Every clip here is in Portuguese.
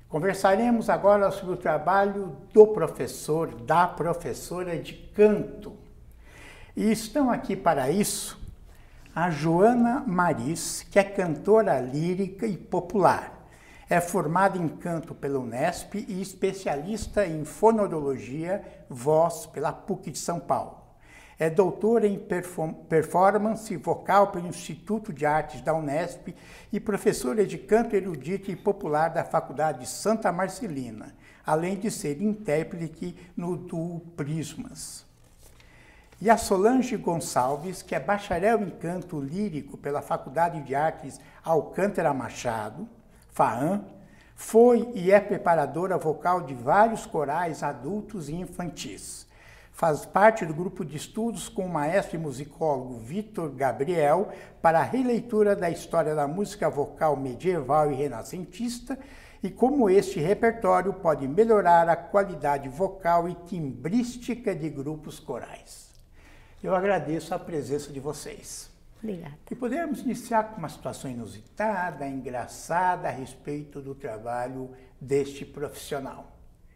Conversaremos agora sobre o trabalho do professor, da professora de canto. E estão aqui para isso a Joana Maris, que é cantora lírica e popular. É formada em canto pela Unesp e especialista em fonoaudiologia, voz pela PUC de São Paulo. É doutora em performance vocal pelo Instituto de Artes da Unesp e professora de canto erudito e popular da Faculdade de Santa Marcelina, além de ser intérprete no duo Prismas. E a Solange Gonçalves, que é bacharel em canto lírico pela Faculdade de Artes Alcântara Machado, FAAM, foi e é preparadora vocal de vários corais adultos e infantis. Faz parte do grupo de estudos com o maestro e musicólogo Vitor Gabriel para a releitura da história da música vocal medieval e renascentista e como este repertório pode melhorar a qualidade vocal e timbrística de grupos corais. Eu agradeço a presença de vocês. Obrigada. E podemos iniciar com uma situação inusitada, engraçada a respeito do trabalho deste profissional.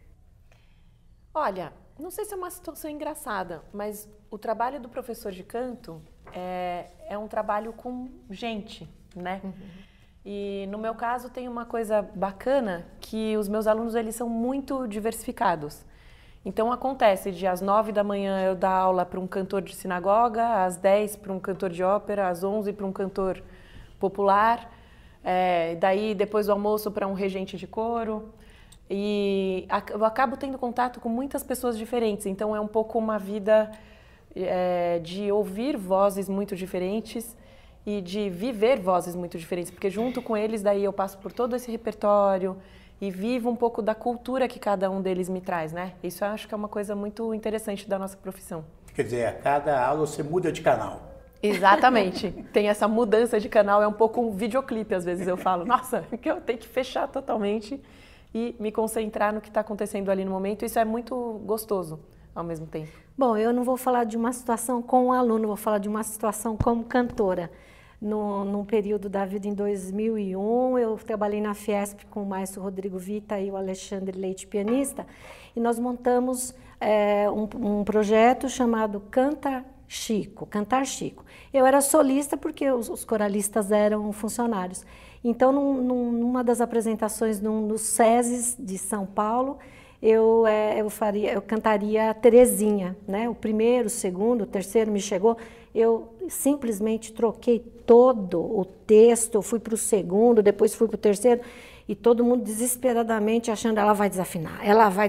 Olha, não sei se é uma situação engraçada, mas o trabalho do professor de canto é um trabalho com gente, né? Uhum. E no meu caso tem uma coisa bacana que os meus alunos eles são muito diversificados. Então acontece de às 9 da manhã eu dar aula para um cantor de sinagoga, às 10 para um cantor de ópera, às 11 para um cantor popular, daí depois do almoço para um regente de coro. E eu acabo tendo contato com muitas pessoas diferentes, então é um pouco uma vida de ouvir vozes muito diferentes e de viver vozes muito diferentes, porque junto com eles daí eu passo por todo esse repertório e vivo um pouco da cultura que cada um deles me traz, né? Isso eu acho que é uma coisa muito interessante da nossa profissão. Quer dizer, a cada aula você muda de canal. Exatamente. Tem essa mudança de canal, é um pouco um videoclipe, às vezes eu falo, nossa, que eu tenho que fechar totalmente e me concentrar no que está acontecendo ali no momento. Isso é muito gostoso ao mesmo tempo. Bom, eu não vou falar de uma situação com um aluno, vou falar de uma situação como cantora. Num período da vida em 2001, eu trabalhei na Fiesp com o maestro Rodrigo Vita e o Alexandre Leite, pianista, e nós montamos um projeto chamado Cantar Chico. Eu era solista porque os coralistas eram funcionários. Então, numa das apresentações nos SESIs de São Paulo, eu cantaria Terezinha, né? O primeiro, o segundo, o terceiro me chegou, eu simplesmente troquei todo o texto, eu fui para o segundo, depois fui para o terceiro, e todo mundo desesperadamente achando ela vai desafinar.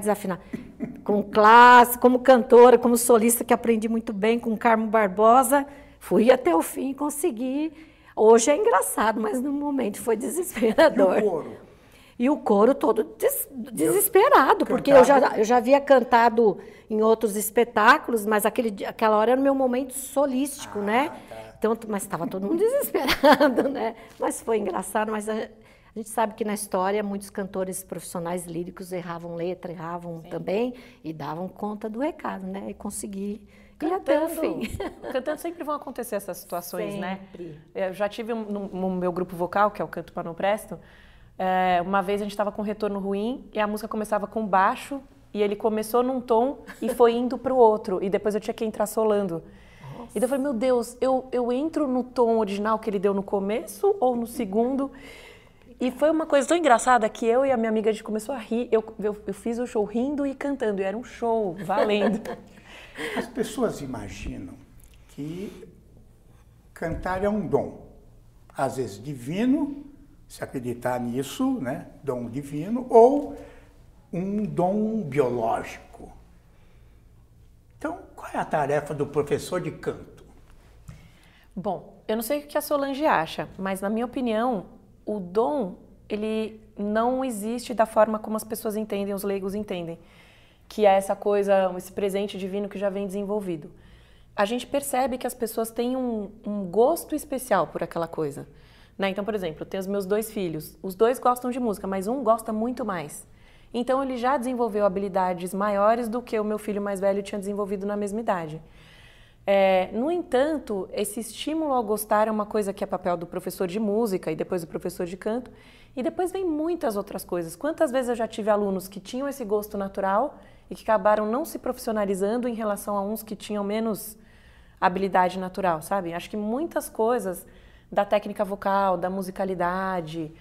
Com classe, como cantora, como solista, que aprendi muito bem com Carmo Barbosa, fui até o fim e consegui. Hoje é engraçado, mas no momento foi desesperador. E o coro? E o coro todo desesperado, porque eu já havia cantado em outros espetáculos, mas aquela hora era o meu momento solístico, né? Tá. Então, mas estava todo mundo desesperado, né? Mas foi engraçado, mas a gente sabe que na história muitos cantores profissionais líricos erravam letra, também, e davam conta do recado, né? E consegui ir até o fim. Cantando sempre vão acontecer essas situações, sempre. Né? Eu já tive no meu grupo vocal, que é o Canto Para Não Presto, uma vez a gente estava com um retorno ruim e a música começava com baixo e ele começou num tom e foi indo para o outro e depois eu tinha que entrar solando. Nossa. E daí eu falei, meu Deus, eu entro no tom original que ele deu no começo ou no segundo? E foi uma coisa tão engraçada que eu e a minha amiga, a gente começou a rir. Eu fiz o show rindo e cantando, e era um show, valendo. As pessoas imaginam que cantar é um dom, às vezes divino, se acreditar nisso, né? Dom divino, ou um dom biológico. Então, qual é a tarefa do professor de canto? Bom, eu não sei o que a Solange acha, mas na minha opinião, o dom, ele não existe da forma como as pessoas entendem, os leigos entendem, que é essa coisa, esse presente divino que já vem desenvolvido. A gente percebe que as pessoas têm um gosto especial por aquela coisa. Né? Então, por exemplo, eu tenho os meus 2 filhos, os 2 gostam de música, mas um gosta muito mais. Então, ele já desenvolveu habilidades maiores do que o meu filho mais velho tinha desenvolvido na mesma idade. No entanto, esse estímulo ao gostar é uma coisa que é papel do professor de música e depois do professor de canto, e depois vem muitas outras coisas. Quantas vezes eu já tive alunos que tinham esse gosto natural e que acabaram não se profissionalizando em relação a uns que tinham menos habilidade natural, sabe? Acho que muitas coisas da técnica vocal, da musicalidade,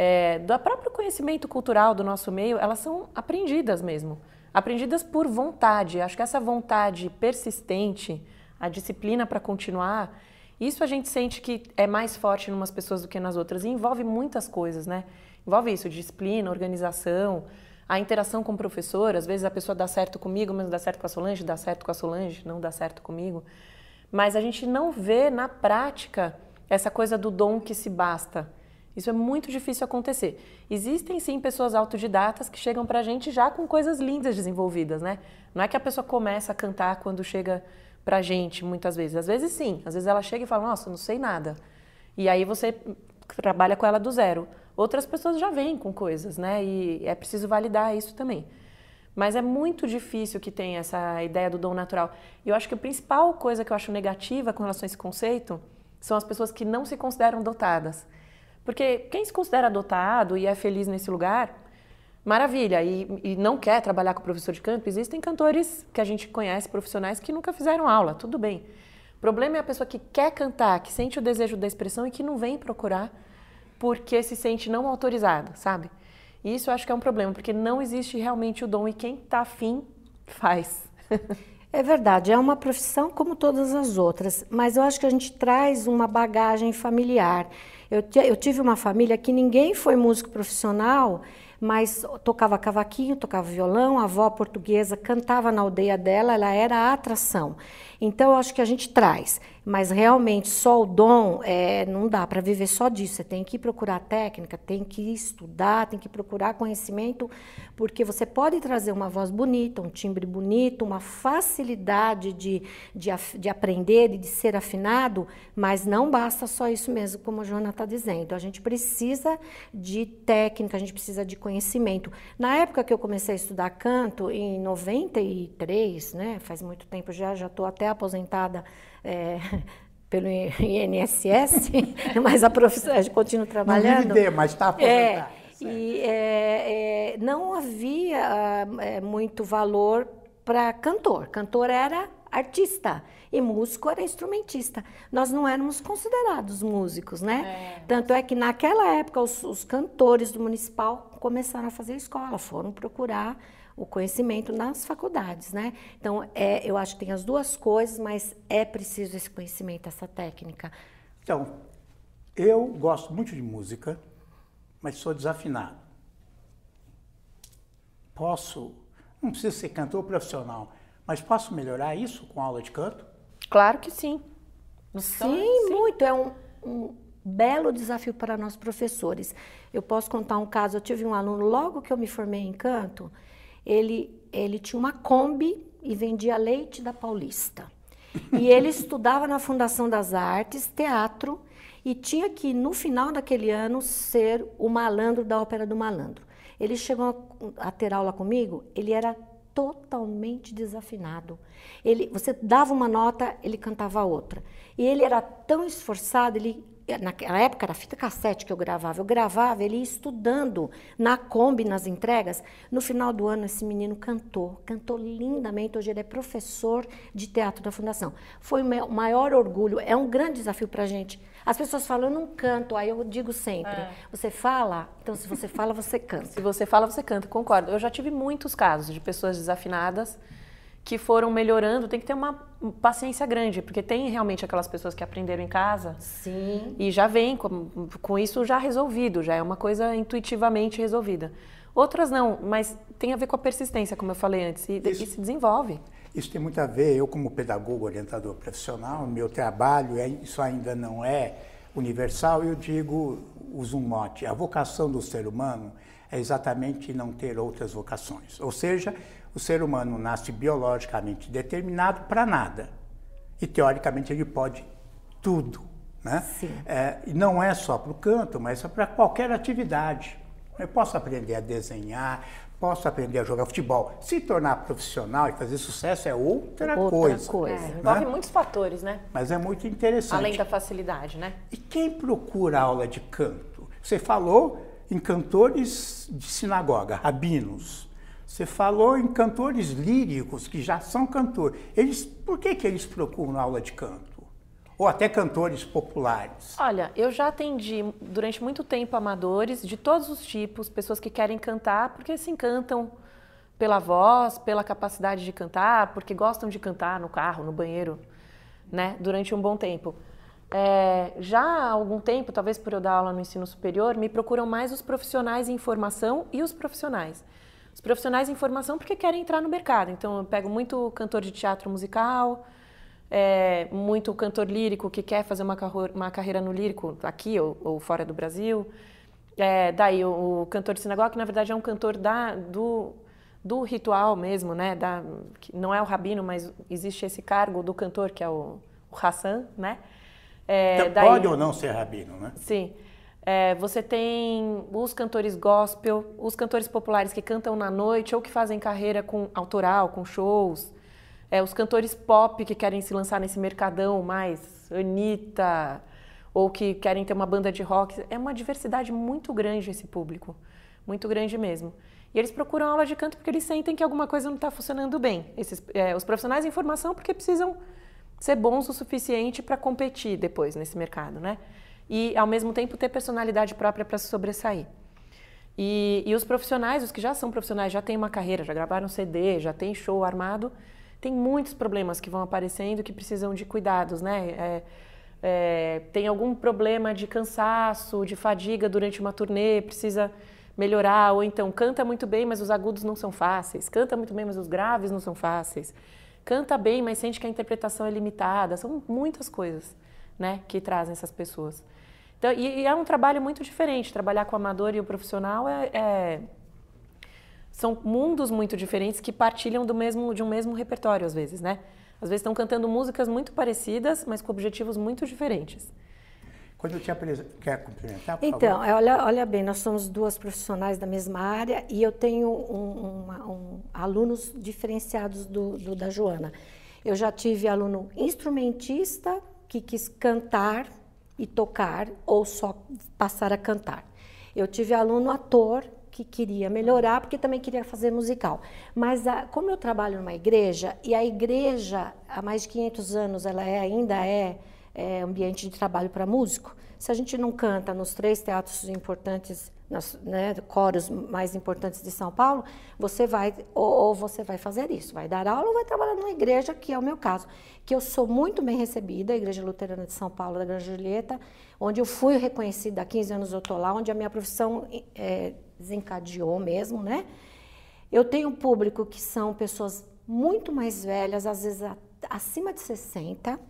do próprio conhecimento cultural do nosso meio, elas são aprendidas mesmo. Aprendidas por vontade. Acho que essa vontade persistente, a disciplina para continuar, isso a gente sente que é mais forte em umas pessoas do que nas outras. E envolve muitas coisas, né? Envolve isso, disciplina, organização, a interação com o professor. Às vezes a pessoa dá certo comigo, mas não dá certo com a Solange, dá certo com a Solange, não dá certo comigo. Mas a gente não vê na prática essa coisa do dom que se basta. Isso é muito difícil acontecer. Existem sim pessoas autodidatas que chegam pra gente já com coisas lindas desenvolvidas, né? Não é que a pessoa começa a cantar quando chega pra gente, muitas vezes. Às vezes sim, às vezes ela chega e fala, nossa, não sei nada. E aí você trabalha com ela do zero. Outras pessoas já vêm com coisas, né? E é preciso validar isso também. Mas é muito difícil que tenha essa ideia do dom natural. E eu acho que a principal coisa que eu acho negativa com relação a esse conceito são as pessoas que não se consideram dotadas. Porque quem se considera dotado e é feliz nesse lugar, maravilha, e não quer trabalhar com professor de canto, existem cantores que a gente conhece, profissionais, que nunca fizeram aula, tudo bem. O problema é a pessoa que quer cantar, que sente o desejo da expressão e que não vem procurar porque se sente não autorizada, sabe? E isso eu acho que é um problema, porque não existe realmente o dom e quem está afim faz. É verdade, é uma profissão como todas as outras, mas eu acho que a gente traz uma bagagem familiar. Eu tive uma família que ninguém foi músico profissional, mas tocava cavaquinho, tocava violão, a avó portuguesa cantava na aldeia dela, ela era a atração. Então, eu acho que a gente traz, mas realmente só o dom, não dá para viver só disso. Você tem que procurar técnica, tem que estudar, tem que procurar conhecimento, porque você pode trazer uma voz bonita, um timbre bonito, uma facilidade de aprender e de ser afinado, mas não basta só isso mesmo, como a Joana está dizendo. A gente precisa de técnica, a gente precisa de conhecimento. Na época que eu comecei a estudar canto, em 93, né, faz muito tempo já estou até aposentada pelo INSS, mas a profissão, a gente continua trabalhando. Não me ideia, mas está aposentada. Não havia muito valor para cantor. Cantor era artista e músico era instrumentista. Nós não éramos considerados músicos, né? Tanto é que naquela época os cantores do municipal começaram a fazer escola, foram procurar o conhecimento nas faculdades, né? Então, eu acho que tem as duas coisas, mas é preciso esse conhecimento, essa técnica. Então, eu gosto muito de música, mas sou desafinado. Não preciso ser cantor profissional, mas posso melhorar isso com aula de canto? Claro que sim. Sim, muito. É um belo desafio para nós professores. Eu posso contar um caso, eu tive um aluno, logo que eu me formei em canto, ele tinha uma Kombi e vendia leite da Paulista. E ele estudava na Fundação das Artes, teatro, e tinha que, no final daquele ano, ser o malandro da Ópera do Malandro. Ele chegou a ter aula comigo, ele era totalmente desafinado. Você dava uma nota, ele cantava outra. E ele era tão esforçado, naquela época era fita cassete que eu gravava, ele ia estudando na Kombi, nas entregas. No final do ano, esse menino cantou lindamente. Hoje ele é professor de teatro da Fundação. Foi o meu maior orgulho, é um grande desafio para a gente. As pessoas falam, eu não canto, aí eu digo sempre, você fala? Então, se você fala, você canta. Se você fala, você canta, concordo. Eu já tive muitos casos de pessoas desafinadas que foram melhorando. Tem que ter uma paciência grande, porque tem realmente aquelas pessoas que aprenderam em casa. Sim. E já vem com isso já resolvido, já é uma coisa intuitivamente resolvida. Outras não, mas tem a ver com a persistência, como eu falei antes, e se desenvolve. Isso tem muito a ver, eu como pedagogo, orientador profissional, meu trabalho, isso ainda não é universal, eu uso um mote, a vocação do ser humano é exatamente não ter outras vocações. Ou seja, o ser humano nasce biologicamente determinado para nada. E, teoricamente, ele pode tudo, né? Sim. E não é só para o canto, mas é para qualquer atividade. Eu posso aprender a desenhar, posso aprender a jogar futebol. Se tornar profissional e fazer sucesso é outra coisa. Envolve muitos fatores, né? Mas é muito interessante. Além da facilidade, né? E quem procura aula de canto? Você falou em cantores de sinagoga, rabinos. Você falou em cantores líricos, que já são cantores. Por que eles procuram aula de canto? Ou até cantores populares? Olha, eu já atendi durante muito tempo amadores de todos os tipos, pessoas que querem cantar porque se encantam pela voz, pela capacidade de cantar, porque gostam de cantar no carro, no banheiro, né, durante um bom tempo. Já há algum tempo, talvez por eu dar aula no ensino superior, me procuram mais os profissionais em formação e os profissionais. Os profissionais em formação porque querem entrar no mercado. Então, eu pego muito cantor de teatro musical, muito cantor lírico que quer fazer uma carreira no lírico aqui ou fora do Brasil. Daí o cantor de sinagoga, que na verdade é um cantor do ritual mesmo, né? Que não é o rabino, mas existe esse cargo do cantor, que é o Hassan, né? Então, pode ou não ser rabino, né? Sim. Você tem os cantores gospel, os cantores populares que cantam na noite ou que fazem carreira com autoral, com shows. Os cantores pop que querem se lançar nesse mercadão mais Anitta, ou que querem ter uma banda de rock. É uma diversidade muito grande esse público, muito grande mesmo. E eles procuram aula de canto porque eles sentem que alguma coisa não está funcionando bem. Os profissionais em formação porque precisam ser bons o suficiente para competir depois nesse mercado, né? E, ao mesmo tempo, ter personalidade própria para se sobressair. E os profissionais, os que já são profissionais, já têm uma carreira, já gravaram CD, já tem show armado, tem muitos problemas que vão aparecendo que precisam de cuidados, né? Tem algum problema de cansaço, de fadiga durante uma turnê, precisa melhorar, ou então canta muito bem, mas os agudos não são fáceis, canta muito bem, mas os graves não são fáceis, canta bem, mas sente que a interpretação é limitada, são muitas coisas, né, que trazem essas pessoas. Então, e é um trabalho muito diferente, trabalhar com o amador e o profissional são mundos muito diferentes que partilham de um mesmo repertório, às vezes, né? Às vezes estão cantando músicas muito parecidas, mas com objetivos muito diferentes. Quando eu te apresento, quer complementar, por então, favor? olha bem, nós somos duas profissionais da mesma área e eu tenho alunos diferenciados da Joana. Eu já tive aluno instrumentista que quis cantar e tocar ou só passar a cantar. Eu tive aluno ator que queria melhorar porque também queria fazer musical. Mas como eu trabalho numa igreja, e a igreja há mais de 500 anos ela ainda é ambiente de trabalho para músico, se a gente não canta nos 3 teatros importantes, né, coros mais importantes de São Paulo, você vai fazer isso, vai dar aula ou vai trabalhar numa igreja, que é o meu caso, que eu sou muito bem recebida, a Igreja Luterana de São Paulo, da Grande Julieta, onde eu fui reconhecida há 15 anos eu estou lá, onde a minha profissão desencadeou mesmo, né? Eu tenho um público que são pessoas muito mais velhas, às vezes acima de 60,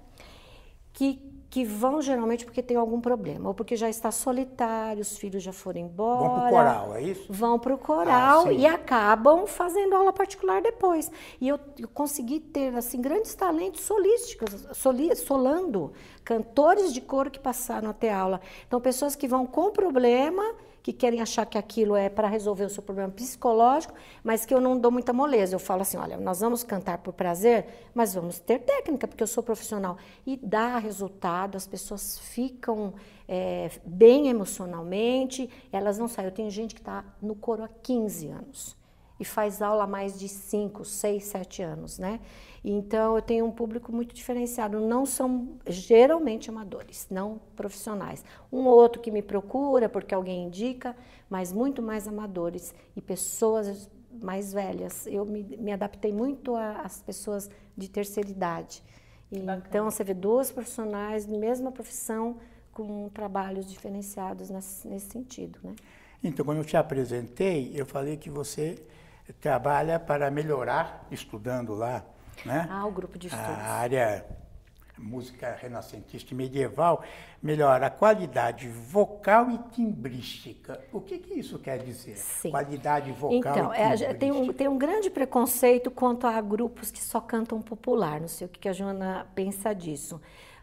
que vão geralmente porque tem algum problema, ou porque já está solitário, os filhos já foram embora. Vão para o coral, é isso? Vão para o coral e acabam fazendo aula particular depois. E eu consegui ter assim, grandes talentos solísticos, solando, cantores de coro que passaram a ter aula. Então, pessoas que vão com problema, que querem achar que aquilo é para resolver o seu problema psicológico, mas que eu não dou muita moleza. Eu falo assim, olha, nós vamos cantar por prazer, mas vamos ter técnica, porque eu sou profissional. E dá resultado, as pessoas ficam bem emocionalmente, elas não saem. Eu tenho gente que está no coro há 15 anos e faz aula há mais de 5, 6, 7 anos, né? Então, eu tenho um público muito diferenciado. Não são geralmente amadores, não profissionais. Um ou outro que me procura porque alguém indica, mas muito mais amadores e pessoas mais velhas. Eu me adaptei muito às pessoas de terceira idade. Então, você vê 2 profissionais, mesma profissão, com trabalhos diferenciados nesse sentido, né? Então, quando eu te apresentei, eu falei que você trabalha para melhorar, estudando lá, né? O grupo de estudos. A área música renascentista e medieval, melhora a qualidade vocal e timbrística. O que isso quer dizer? Sim. Qualidade vocal então, e timbrística. Tem um grande preconceito quanto a grupos que só cantam popular. Não sei o que a Joana pensa disso.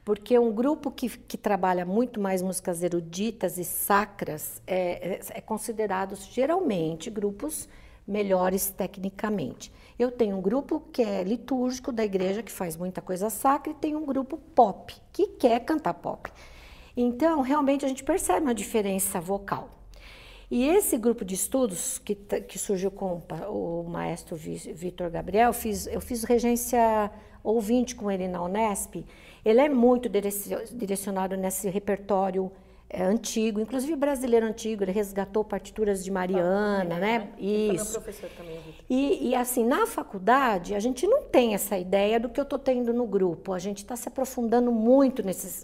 Porque um grupo que trabalha muito mais músicas eruditas e sacras é considerado geralmente grupos melhores tecnicamente. Eu tenho um grupo que é litúrgico da igreja, que faz muita coisa sacra, e tem um grupo pop, que quer cantar pop. Então, realmente, a gente percebe uma diferença vocal. E esse grupo de estudos que surgiu com o maestro Vitor Gabriel, eu fiz regência ouvinte com ele na Unesp. Ele é muito direcionado nesse repertório antigo, inclusive brasileiro antigo. Ele resgatou partituras de Mariana, né? Isso. Foi meu professor também, Vitor. E assim, na faculdade, a gente não tem essa ideia do que eu estou tendo no grupo. A gente está se aprofundando muito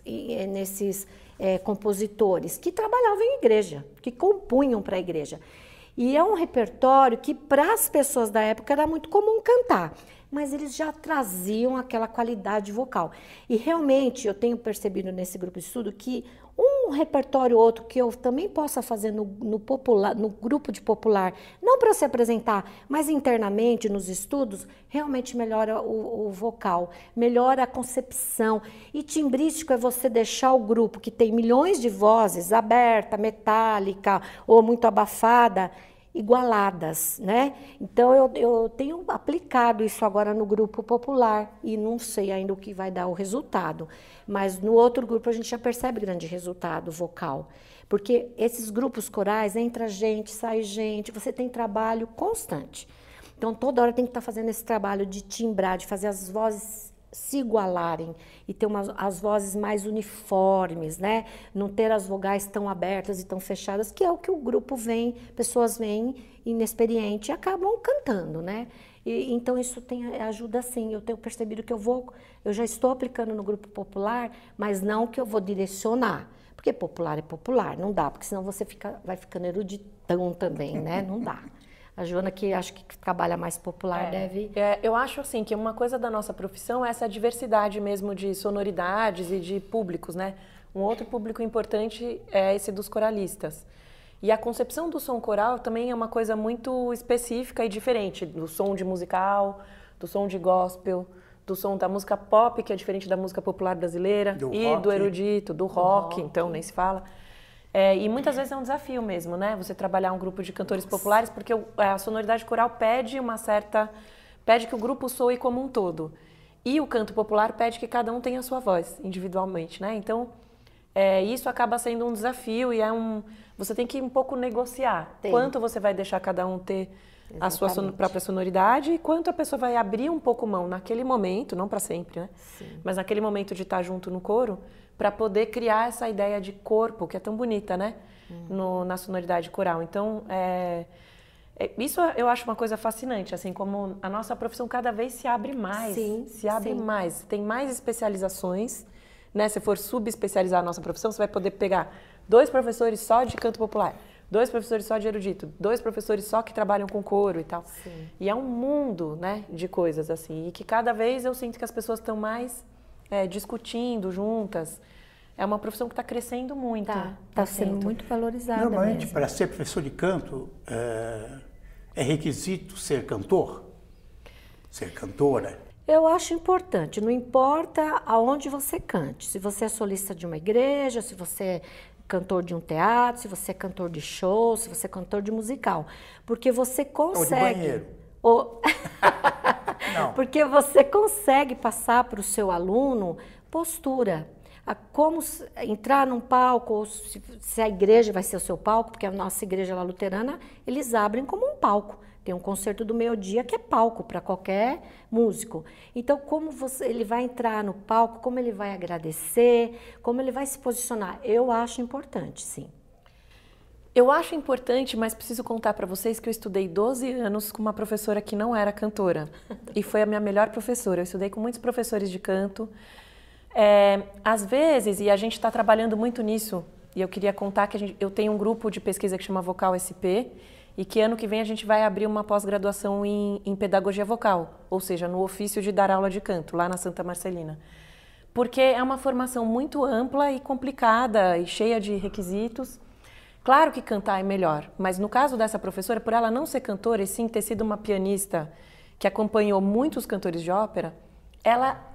nesses compositores que trabalhavam em igreja, que compunham para a igreja. E é um repertório que, para as pessoas da época, era muito comum cantar, mas eles já traziam aquela qualidade vocal. E realmente eu tenho percebido nesse grupo de estudo que um repertório ou outro que eu também possa fazer no grupo de popular, não para se apresentar, mas internamente nos estudos, realmente melhora o vocal, melhora a concepção. E timbrístico é você deixar o grupo que tem milhões de vozes, aberta, metálica ou muito abafada, igualadas, né? Então eu tenho aplicado isso agora no grupo popular e não sei ainda o que vai dar o resultado, mas no outro grupo a gente já percebe grande resultado vocal, porque esses grupos corais entra gente, sai gente, você tem trabalho constante. Então toda hora tem que estar fazendo esse trabalho de timbrar, de fazer as vozes se igualarem e ter as vozes mais uniformes, né? Não ter as vogais tão abertas e tão fechadas, que é o que o grupo vem, pessoas vêm inexperientes e acabam cantando, né? Então isso ajuda sim. Eu tenho percebido que eu já estou aplicando no grupo popular, mas não que eu vou direcionar, porque popular é popular, não dá, porque senão você vai ficando eruditão também, né? Não dá. A Joana, que acho que trabalha mais popular, deve... eu acho assim que uma coisa da nossa profissão é essa diversidade mesmo de sonoridades e de públicos, né? Um outro público importante é esse dos coralistas. E a concepção do som coral também é uma coisa muito específica e diferente do som de musical, do som de gospel, do som da música pop, que é diferente da música popular brasileira, do erudito, do rock, então nem se fala. E muitas vezes é um desafio mesmo, né? Você trabalhar um grupo de cantores populares, porque a sonoridade coral pede que o grupo soe como um todo. E o canto popular pede que cada um tenha a sua voz, individualmente, né? Então, isso acaba sendo um desafio e você tem que um pouco negociar. Quanto você vai deixar cada um ter a sua própria sonoridade e quanto a pessoa vai abrir um pouco mão naquele momento, não para sempre, né? Sim. Mas naquele momento de estar junto no coro, para poder criar essa ideia de corpo, que é tão bonita, né? Na sonoridade coral. Então, isso eu acho uma coisa fascinante, assim, como a nossa profissão cada vez se abre mais. Sim, mais. Tem mais especializações, né? Se for subespecializar a nossa profissão, você vai poder pegar 2 professores só de canto popular, 2 professores só de erudito, 2 professores só que trabalham com coro e tal. Sim. E é um mundo, né, de coisas, assim, e que cada vez eu sinto que as pessoas estão mais discutindo juntas. É uma profissão que está crescendo muito. Está sendo muito valorizada. Normalmente, para ser professor de canto, é requisito ser cantor? Ser cantora? Eu acho importante. Não importa aonde você cante. Se você é solista de uma igreja, se você é cantor de um teatro, se você é cantor de show, se você é cantor de musical. Porque você consegue... Ou de banheiro. Não. Porque você consegue passar para o seu aluno postura. Como entrar num palco, ou se a igreja vai ser o seu palco, porque a nossa igreja lá luterana, eles abrem como um palco. Tem um concerto do meio-dia que é palco para qualquer músico. Então, como ele vai entrar no palco, como ele vai agradecer, como ele vai se posicionar, eu acho importante, sim. Eu acho importante, mas preciso contar para vocês que eu estudei 12 anos com uma professora que não era cantora. E foi a minha melhor professora. Eu estudei com muitos professores de canto. Às vezes, e a gente está trabalhando muito nisso, e eu queria contar que eu tenho um grupo de pesquisa que chama Vocal SP, e que ano que vem a gente vai abrir uma pós-graduação em pedagogia vocal, ou seja, no ofício de dar aula de canto, lá na Santa Marcelina. Porque é uma formação muito ampla e complicada e cheia de requisitos. Claro que cantar é melhor, mas no caso dessa professora, por ela não ser cantora e sim ter sido uma pianista que acompanhou muitos cantores de ópera, ela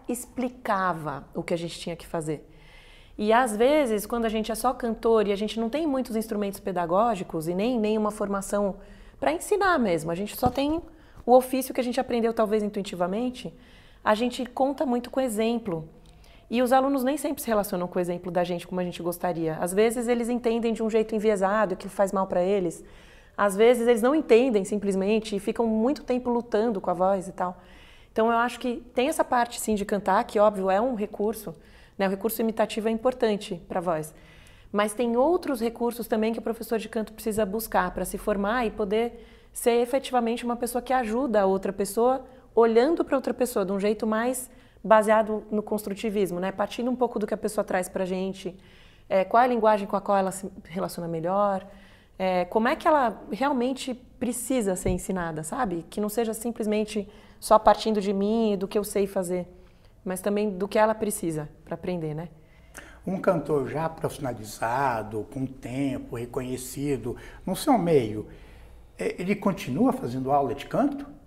explicava o que a gente tinha que fazer. E às vezes, quando a gente é só cantor e a gente não tem muitos instrumentos pedagógicos e nem nenhuma formação para ensinar mesmo, a gente só tem o ofício que a gente aprendeu talvez intuitivamente, a gente conta muito com exemplo. E os alunos nem sempre se relacionam com o exemplo da gente como a gente gostaria. Às vezes eles entendem de um jeito enviesado, que faz mal para eles. Às vezes eles não entendem simplesmente e ficam muito tempo lutando com a voz e tal. Então eu acho que tem essa parte sim de cantar, que óbvio é um recurso, né? O recurso imitativo é importante para a voz. Mas tem outros recursos também que o professor de canto precisa buscar para se formar e poder ser efetivamente uma pessoa que ajuda a outra pessoa, olhando para outra pessoa de um jeito mais baseado no construtivismo, né? Partindo um pouco do que a pessoa traz para a gente, qual é a linguagem com a qual ela se relaciona melhor, como é que ela realmente precisa ser ensinada, sabe? Que não seja simplesmente só partindo de mim e do que eu sei fazer, mas também do que ela precisa para aprender, né? Um cantor já profissionalizado, com tempo, reconhecido, no seu meio, ele continua fazendo aula de canto?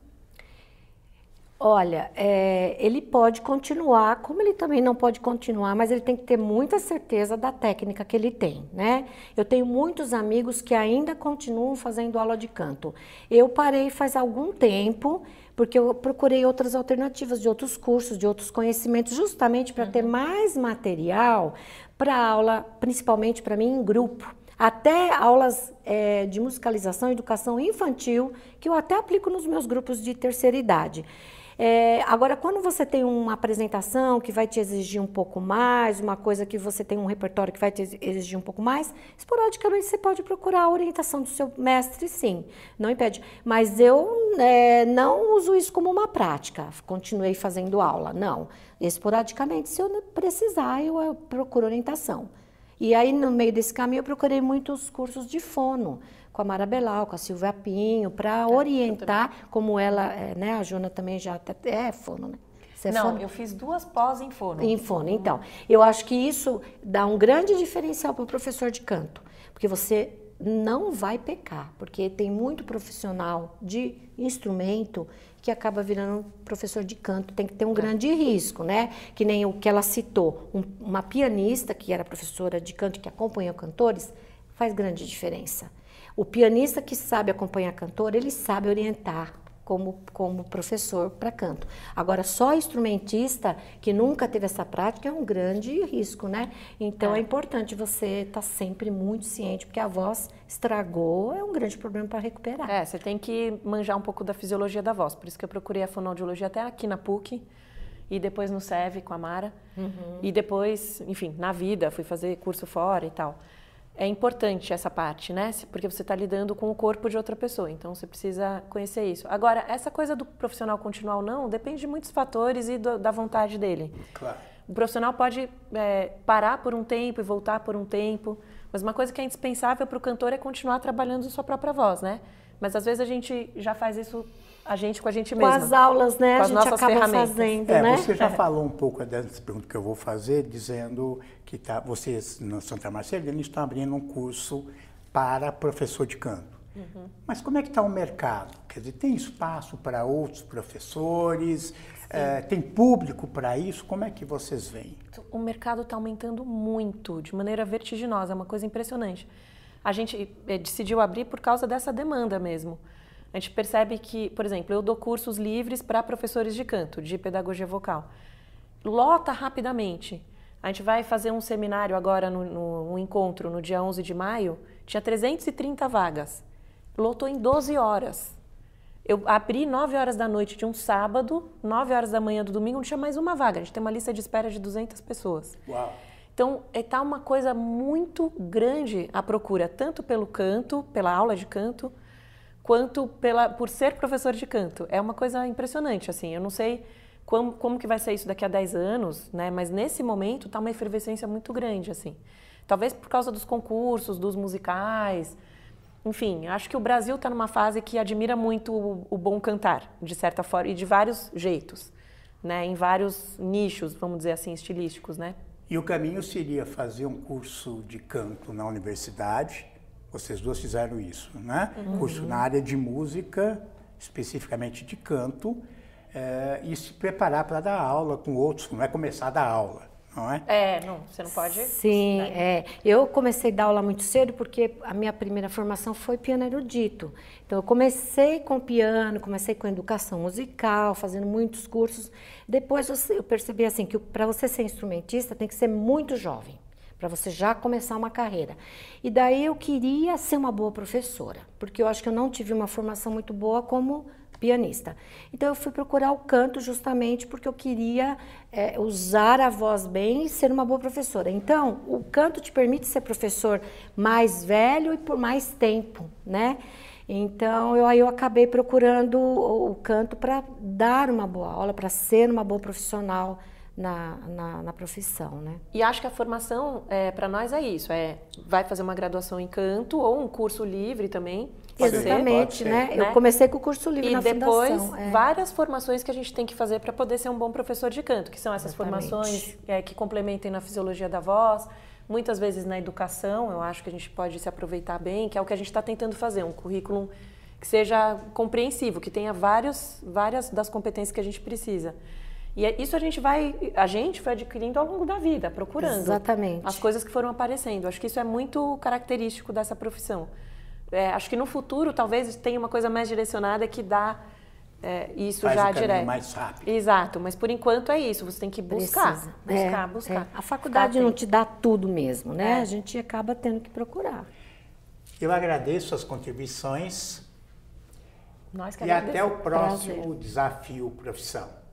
Olha, ele pode continuar, como ele também não pode continuar, mas ele tem que ter muita certeza da técnica que ele tem, né? Eu tenho muitos amigos que ainda continuam fazendo aula de canto. Eu parei faz algum tempo, porque eu procurei outras alternativas, de outros cursos, de outros conhecimentos, justamente para ter mais material para aula, principalmente para mim em grupo. Até aulas de musicalização e educação infantil, que eu até aplico nos meus grupos de terceira idade. Agora, quando você tem uma apresentação que vai te exigir um pouco mais, uma coisa que você tem um repertório que vai te exigir um pouco mais, esporadicamente você pode procurar a orientação do seu mestre, sim, não impede. Mas eu não uso isso como uma prática, continuei fazendo aula, não. Esporadicamente, se eu precisar, eu procuro orientação. E aí, no meio desse caminho, eu procurei muitos cursos de fono, com a Mara Belal, com a Silvia Pinho, para orientar, como ela, né, a Jona também já é fono, né? Você não, fono? Eu fiz 2 pós em fono. Em fono, então. Eu acho que isso dá um grande diferencial para o professor de canto, porque você não vai pecar, porque tem muito profissional de instrumento que acaba virando professor de canto, tem que ter um grande risco, né? Que nem o que ela citou, uma pianista que era professora de canto, que acompanha cantores, faz grande diferença. O pianista que sabe acompanhar cantor, ele sabe orientar como professor para canto. Agora, só instrumentista que nunca teve essa prática é um grande risco, né? Então, é importante você estar sempre muito ciente, porque a voz estragou, é um grande problema para recuperar. Você tem que manjar um pouco da fisiologia da voz. Por isso que eu procurei a fonoaudiologia até aqui na PUC, e depois no SEV com a Mara. E depois, enfim, na vida, fui fazer curso fora e tal. É importante essa parte, né? Porque você está lidando com o corpo de outra pessoa, então você precisa conhecer isso. Agora, essa coisa do profissional continuar ou não, depende de muitos fatores e da vontade dele. Claro. O profissional pode parar por um tempo e voltar por um tempo, mas uma coisa que é indispensável para o cantor é continuar trabalhando sua própria voz, né? Mas às vezes a gente já faz isso com a gente mesma. Com as aulas, né? Com a as gente nossas acaba ferramentas. fazendo, né? Você já falou um pouco dessa pergunta que eu vou fazer, dizendo que vocês, na Santa Marcelina, estão abrindo um curso para professor de canto. Mas como é que está o mercado? Quer dizer, tem espaço para outros professores? Tem público para isso? Como é que vocês veem? O mercado está aumentando muito, de maneira vertiginosa, é uma coisa impressionante. A gente decidiu abrir por causa dessa demanda mesmo. A gente percebe que, por exemplo, eu dou cursos livres para professores de canto, de pedagogia vocal. Lota rapidamente. A gente vai fazer um seminário agora, um encontro, no dia 11 de maio, tinha 330 vagas. Lotou em 12 horas. Eu abri 9 horas da noite de um sábado, 9 horas da manhã do domingo, não tinha mais uma vaga. A gente tem uma lista de espera de 200 pessoas. Uau! Então, está uma coisa muito grande a procura, tanto pelo canto, pela aula de canto, quanto por ser professor de canto. É uma coisa impressionante, assim. Eu não sei como que vai ser isso daqui a 10 anos, né? Mas nesse momento está uma efervescência muito grande, assim. Talvez por causa dos concursos, dos musicais. Enfim, acho que o Brasil está numa fase que admira muito o bom cantar, de certa forma, e de vários jeitos, né? Em vários nichos, vamos dizer assim, estilísticos, né? E o caminho seria fazer um curso de canto na universidade. Vocês duas fizeram isso, né? Curso na área de música, especificamente de canto, e se preparar para dar aula com outros, não é começar a dar aula, não é? Não, você não pode... Sim, eu comecei a dar aula muito cedo porque a minha primeira formação foi piano erudito. Então, eu comecei com piano, comecei com educação musical, fazendo muitos cursos. Depois eu percebi assim que para você ser instrumentista tem que ser muito jovem, para você já começar uma carreira. E daí eu queria ser uma boa professora, porque eu acho que eu não tive uma formação muito boa como pianista. Então eu fui procurar o canto justamente porque eu queria usar a voz bem e ser uma boa professora. Então o canto te permite ser professor mais velho e por mais tempo, né? Então eu acabei procurando o canto para dar uma boa aula, para ser uma boa profissional na profissão, né? E acho que a formação, para nós, é isso. Vai fazer uma graduação em canto ou um curso livre também. Exatamente, né? Eu comecei com o curso livre na fundação. E depois, várias formações que a gente tem que fazer para poder ser um bom professor de canto, que são essas formações que complementem na fisiologia da voz, muitas vezes na educação, eu acho que a gente pode se aproveitar bem, que é o que a gente está tentando fazer, um currículo que seja compreensivo, que tenha várias das competências que a gente precisa. E isso a gente foi adquirindo ao longo da vida, procurando. Exatamente. As coisas que foram aparecendo. Acho que isso é muito característico dessa profissão. Acho que no futuro talvez tenha uma coisa mais direcionada que dá isso faz já o direto. Mais rápido. Exato, mas por enquanto é isso, você tem que buscar. Buscar. A faculdade não te dá tudo mesmo, né? A gente acaba tendo que procurar. Eu agradeço as contribuições Nós que e até o próximo Prazer. Desafio Profissão.